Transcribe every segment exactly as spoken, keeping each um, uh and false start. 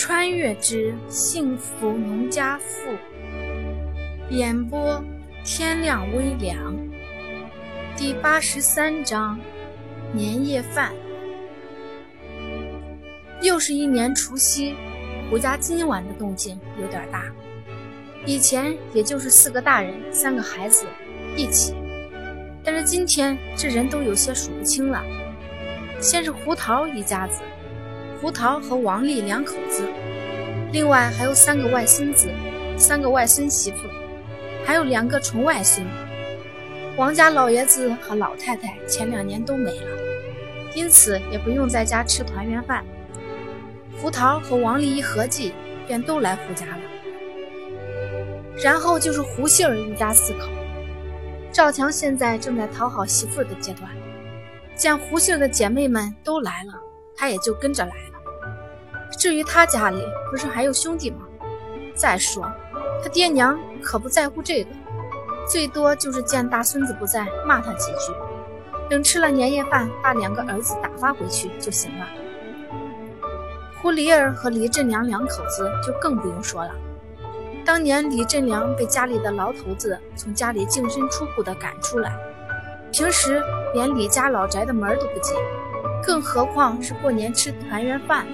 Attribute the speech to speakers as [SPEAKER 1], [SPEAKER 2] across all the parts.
[SPEAKER 1] 穿越之幸福农家妇，演播天亮微凉。第八十三章年夜饭。又是一年除夕，胡家今晚的动静有点大。以前也就是四个大人三个孩子一起，但是今天这人都有些数不清了。先是胡桃一家子，胡桃和王丽两口子，另外还有三个外孙子，三个外孙媳妇，还有两个纯外孙。王家老爷子和老太太前两年都没了，因此也不用在家吃团圆饭。胡桃和王丽一合计，便都来胡家了。然后就是胡杏儿一家四口。赵强现在正在讨好媳妇的阶段，见胡杏儿的姐妹们都来了，他也就跟着来了。至于他家里不是还有兄弟吗？再说他爹娘可不在乎这个，最多就是见大孙子不在骂他几句，等吃了年夜饭把两个儿子打发回去就行了。胡梨儿和李振良两口子就更不用说了。当年李振良被家里的老头子从家里净身出户的赶出来，平时连李家老宅的门都不进，更何况是过年吃团圆饭。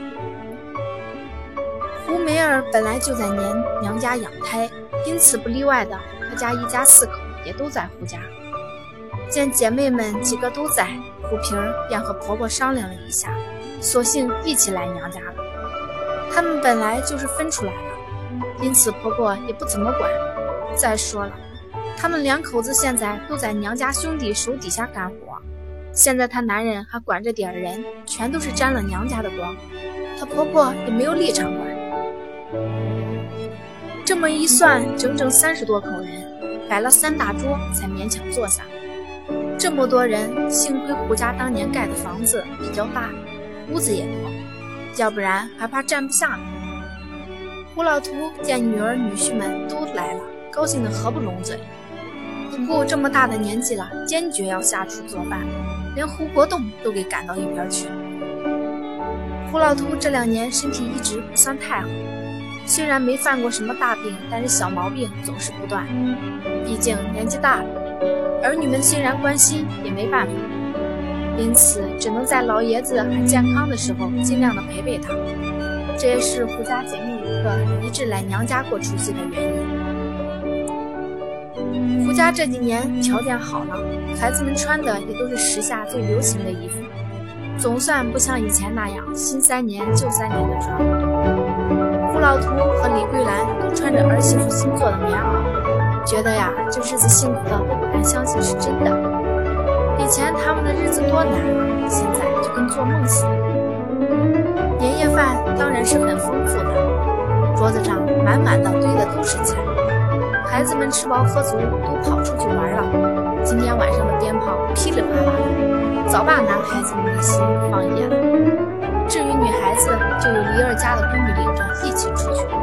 [SPEAKER 1] 胡梅儿本来就在娘娘家养胎，因此不例外的她家一家四口也都在胡家。见姐妹们几个都在，胡萍儿便和婆婆商量了一下，索性一起来娘家了。他们本来就是分出来了，因此婆婆也不怎么管。再说了，他们两口子现在都在娘家兄弟手底下干活，现在她男人还管着点人，全都是沾了娘家的光，她婆婆也没有立场管。这么一算，整整三十多口人，摆了三大桌才勉强坐下。这么多人，幸亏胡家当年盖的房子比较大，屋子也多，要不然还怕站不下呢。胡老图见女儿女婿们都来了，高兴得合不拢嘴。不顾这么大的年纪了，坚决要下厨做饭，连胡国栋都给赶到一边去了。胡老图这两年身体一直不算太好，虽然没犯过什么大病，但是小毛病总是不断，毕竟年纪大了，儿女们虽然关心也没办法，因此只能在老爷子还健康的时候尽量的陪陪他。这也是胡家姐妹一个一致来娘家过除夕的原因。胡家这几年条件好了，孩子们穿的也都是时下最流行的衣服，总算不像以前那样新三年旧三年的穿。胡老图和李桂兰都穿着儿媳妇新做的棉袄，觉得呀这日子幸福的都不敢相信是真的。以前他们的日子多难啊，现在就跟做梦似的。年夜饭当然是很丰富的，桌子上满满的堆的都是菜，孩子们吃饱喝足都跑出去玩了。今天晚上的鞭炮噼里啪啦的，早把男孩子们的心放野了。至于女孩子，就有梨儿家的闺女领着一起出去。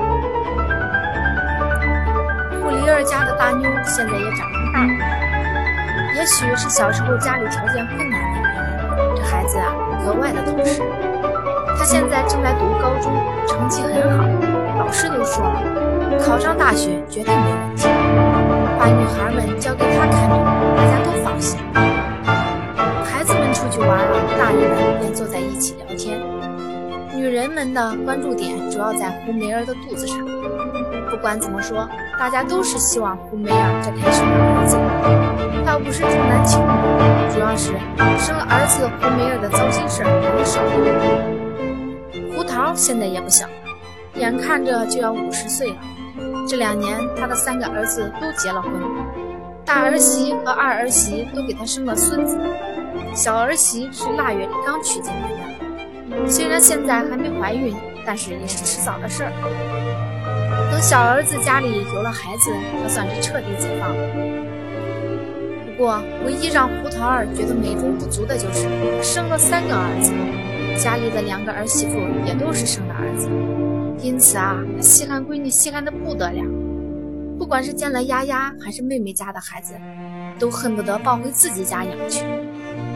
[SPEAKER 1] 胡梨儿家的大妞现在也长这么大了，也许是小时候家里条件困难的原因，这孩子啊格外的懂事。他现在正在读高中，成绩很好，老师都说了，考上大学绝对没问题，把女孩们交给他看着，大家都放心。孩子们出去玩了，大人们便坐在一起聊天。女人们的关注点主要在胡梅儿的肚子上。不管怎么说，大家都是希望胡梅儿这胎生了儿子，倒不是重男轻女，主要是生了儿子，胡梅儿的糟心事儿能少一点。胡桃现在也不小了，眼看着就要五十岁了。这两年他的三个儿子都结了婚，大儿媳和二儿媳都给他生了孙子，小儿媳是腊月里刚娶进来的，虽然现在还没怀孕，但是也是迟早的事儿。等小儿子家里有了孩子，他算是彻底解放了。不过唯一让胡桃儿觉得美中不足的就是生了三个儿子，家里的两个儿媳妇也都是生的儿子，因此啊，稀罕闺女稀罕的不得了。不管是见了丫丫还是妹妹家的孩子，都恨不得抱回自己家养去。因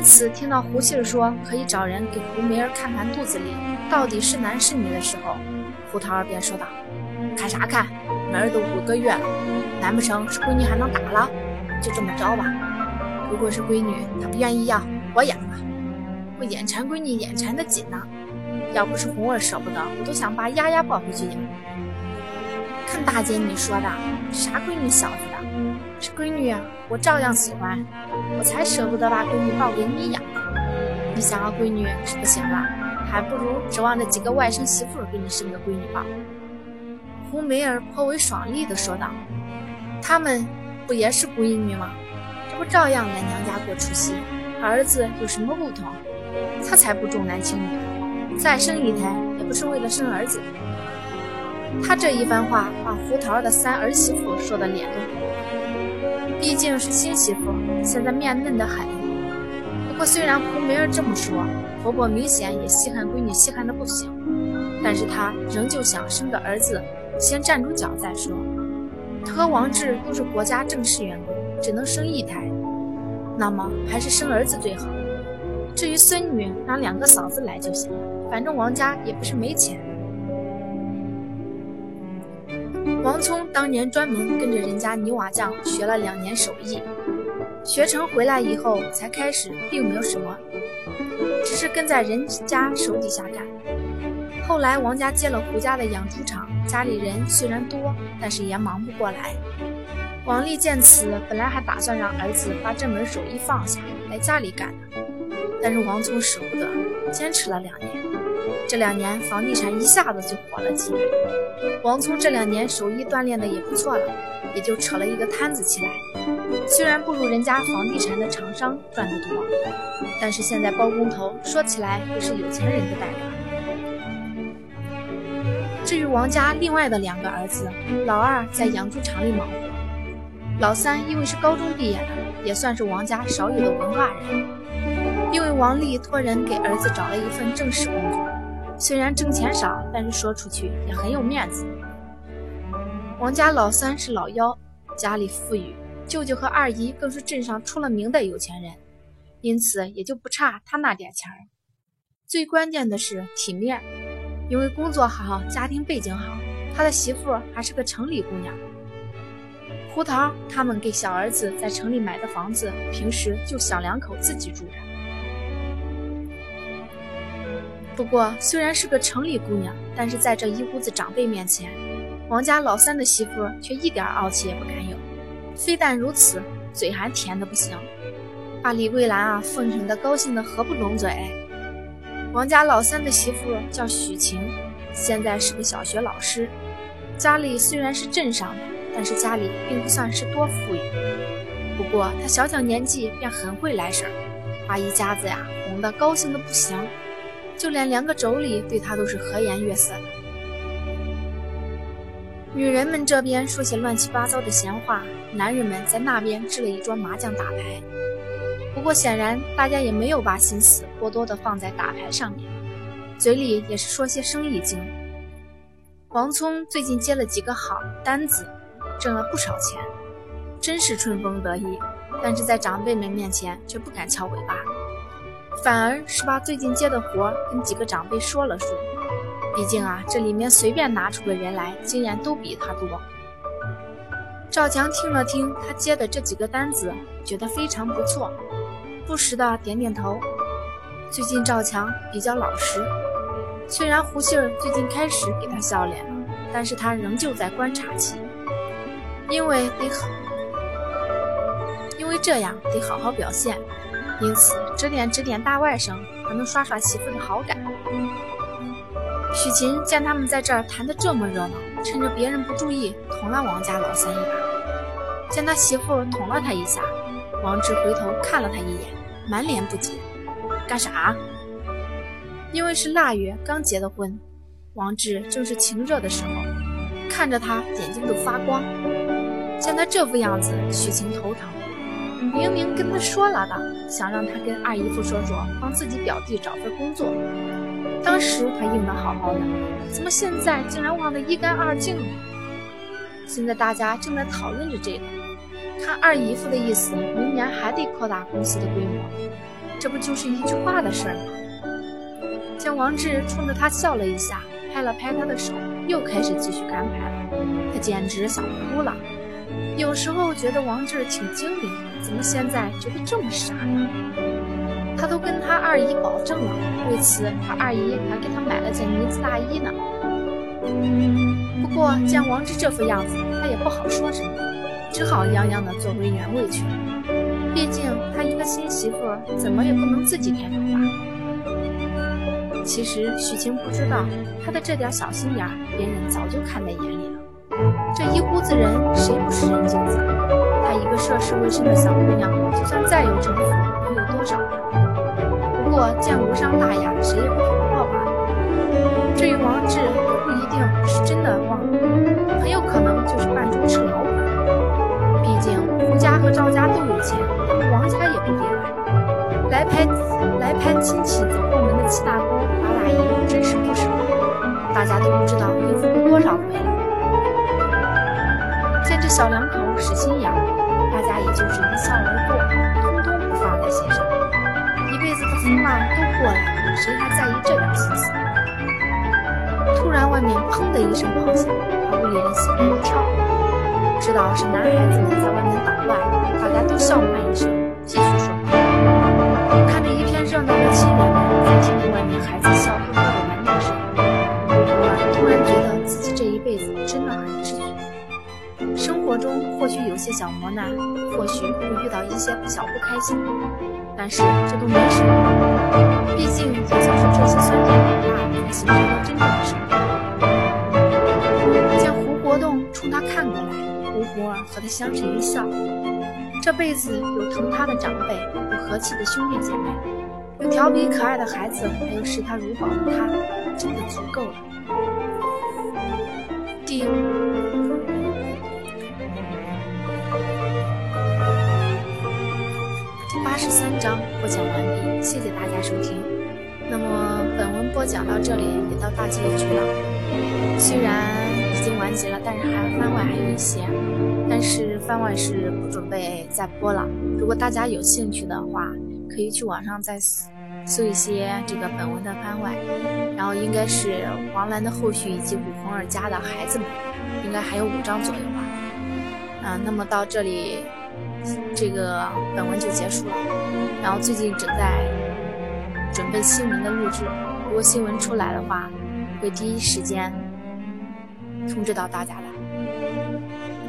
[SPEAKER 1] 此听到胡杏儿说可以找人给胡梅儿看看肚子里到底是男是女的时候，胡桃儿便说道：看啥看，梅儿都五个月了，难不成是闺女还能打了？就这么着吧，如果是闺女她不愿意要，我养吧，我眼馋闺女眼馋的紧呢，要不是红儿舍不得，我都想把丫丫抱回去养。看大姐你说的，啥闺女小子的，是闺女我照样喜欢，我才舍不得把闺女抱给你养呢。你想要闺女是不行了，还不如指望着几个外甥媳妇给你生个闺女抱。胡梅儿颇为爽利地说道：他们不也是闺女吗？这不照样来娘家过除夕，儿子有什么不同？他才不重男轻女，再生一胎也不是为了生儿子。他这一番话把胡桃的三儿媳妇说的脸都红了，毕竟是新媳妇，现在面嫩得很。不过虽然胡梅儿这么说，婆婆明显也稀罕闺女稀罕的不行，但是她仍旧想生个儿子，先站住脚再说。她和王志都是国家正式员工，只能生一胎，那么还是生儿子最好。至于孙女，让两个嫂子来就行了，反正王家也不是没钱。王聪当年专门跟着人家泥瓦匠学了两年手艺，学成回来以后才开始，并没有什么，只是跟在人家手底下干。后来王家接了胡家的养猪场，家里人虽然多，但是也忙不过来。王丽见此，本来还打算让儿子把这门手艺放下来家里干的，但是王聪舍不得，坚持了两年。这两年房地产一下子就火了起来，王聪这两年手艺锻炼的也不错了，也就扯了一个摊子起来。虽然不如人家房地产的厂商赚得多，但是现在包工头说起来也是有钱人的待遇。至于王家另外的两个儿子，老二在养猪场里忙活，老三因为是高中毕业的，也算是王家少有的文化人。因为王丽托人给儿子找了一份正式工作，虽然挣钱少，但是说出去也很有面子。王家老三是老幺，家里富裕，舅舅和二姨更是镇上出了名的有钱人，因此也就不差他那点钱儿。最关键的是体面，因为工作好，家庭背景好，他的媳妇还是个城里姑娘。胡桃他们给小儿子在城里买的房子，平时就小两口自己住着。不过虽然是个城里姑娘，但是在这一屋子长辈面前，王家老三的媳妇却一点傲气也不敢有。非但如此，嘴还甜得不行，把李桂兰啊奉承得高兴得合不拢嘴。王家老三的媳妇叫许晴，现在是个小学老师，家里虽然是镇上的，但是家里并不算是多富裕。不过她小小年纪便很会来事儿，把一家子呀哄得高兴得不行，就连两个妯娌对她都是和颜悦色的。女人们这边说些乱七八糟的闲话，男人们在那边支了一桌麻将打牌。不过显然大家也没有把心思过多的放在打牌上面，嘴里也是说些生意经。王聪最近接了几个好单子，挣了不少钱，真是春风得意，但是在长辈们面前却不敢翘尾巴，反而是把最近接的活跟几个长辈说了说。毕竟啊，这里面随便拿出个人来，经验都比他多。赵强听了听他接的这几个单子，觉得非常不错，不时的点点头。最近赵强比较老实，虽然胡杏儿最近开始给他笑脸了，但是他仍旧在观察期，因为得好，因为这样得好好表现，因此指点指点大外甥，还能刷刷媳妇的好感。许勤见他们在这儿谈得这么热闹，趁着别人不注意捅了王家老三一把。见他媳妇捅了他一下，王志回头看了他一眼，满脸不解，干啥？因为是腊月刚结的婚，王志正是情热的时候，看着他眼睛都发光。见他这副样子，许晴头疼，明明跟他说了的，想让他跟二姨夫说说，帮自己表弟找份工作。当时他应得好好的，怎么现在竟然忘得一干二净了？现在大家正在讨论着这个，看二姨夫的意思，明年还得扩大公司的规模， 这不就是一句话的事儿吗？见王志冲着他笑了一下，拍了拍他的手，又开始继续干牌了。他简直想哭了。有时候觉得王志挺精明，怎么现在觉得这么傻呢？他都跟他二姨保证了，为此他二姨还给他买了件呢子大衣呢。不过见王志这副样子，他也不好说什么，只好泱泱地坐回原位去了。毕竟他一个新媳妇儿，怎么也不能自己开口吧。其实许晴不知道，他的这点小心眼，别人早就看在眼里了。这一屋子人，谁不是人精子？她一个涉世未深的小姑娘，就算再有城府，能有多少呢？不过见无伤大雅，谁也不捅破吧。至于王志，也不一定是真的忘了，很有可能就是扮猪吃老虎。毕竟胡家和赵家都有钱，他们王家也不例外。来拍来拍亲戚走后门的七大姑八大姨真是不少，大家都不知道应付过多少回了。见这小两口使心眼，大家也就是一笑而过，通通不放在心上。一辈子的风浪都过来了，谁还在意这点心思？突然外面砰的一声炮响，把屋里人吓了一跳，知道是男孩子们在外面捣乱，大家都笑骂一声，继续说话。看着一片热闹的亲人们在听着外面孩子笑呵呵的玩闹声，我突然觉得自己这一辈子真的很知足。生活中或许有些小磨难，或许会遇到一些小不开心，但是这都没什么，毕竟好像是这些酸甜苦辣才形成了真正的生活。见胡国栋冲他看过来，胡胡儿和他相视一笑。这辈子有疼他的长辈，有和气的兄弟姐妹，有调皮可爱的孩子，还有视他如宝的他，真的足够了。第八十三章播讲完毕，谢谢大家收听。那么本文播讲到这里也到大结局了，虽然已经完结了，但是还番外还有一些，但是番外是不准备再播了。如果大家有兴趣的话，可以去网上再搜一些这个本文的番外，然后应该是王兰的后续以及武红儿家的孩子们，应该还有五章左右吧。啊，那么到这里这个本文就结束了，然后最近正在准备新闻的录制，如果新闻出来的话，会第一时间通知到大家的。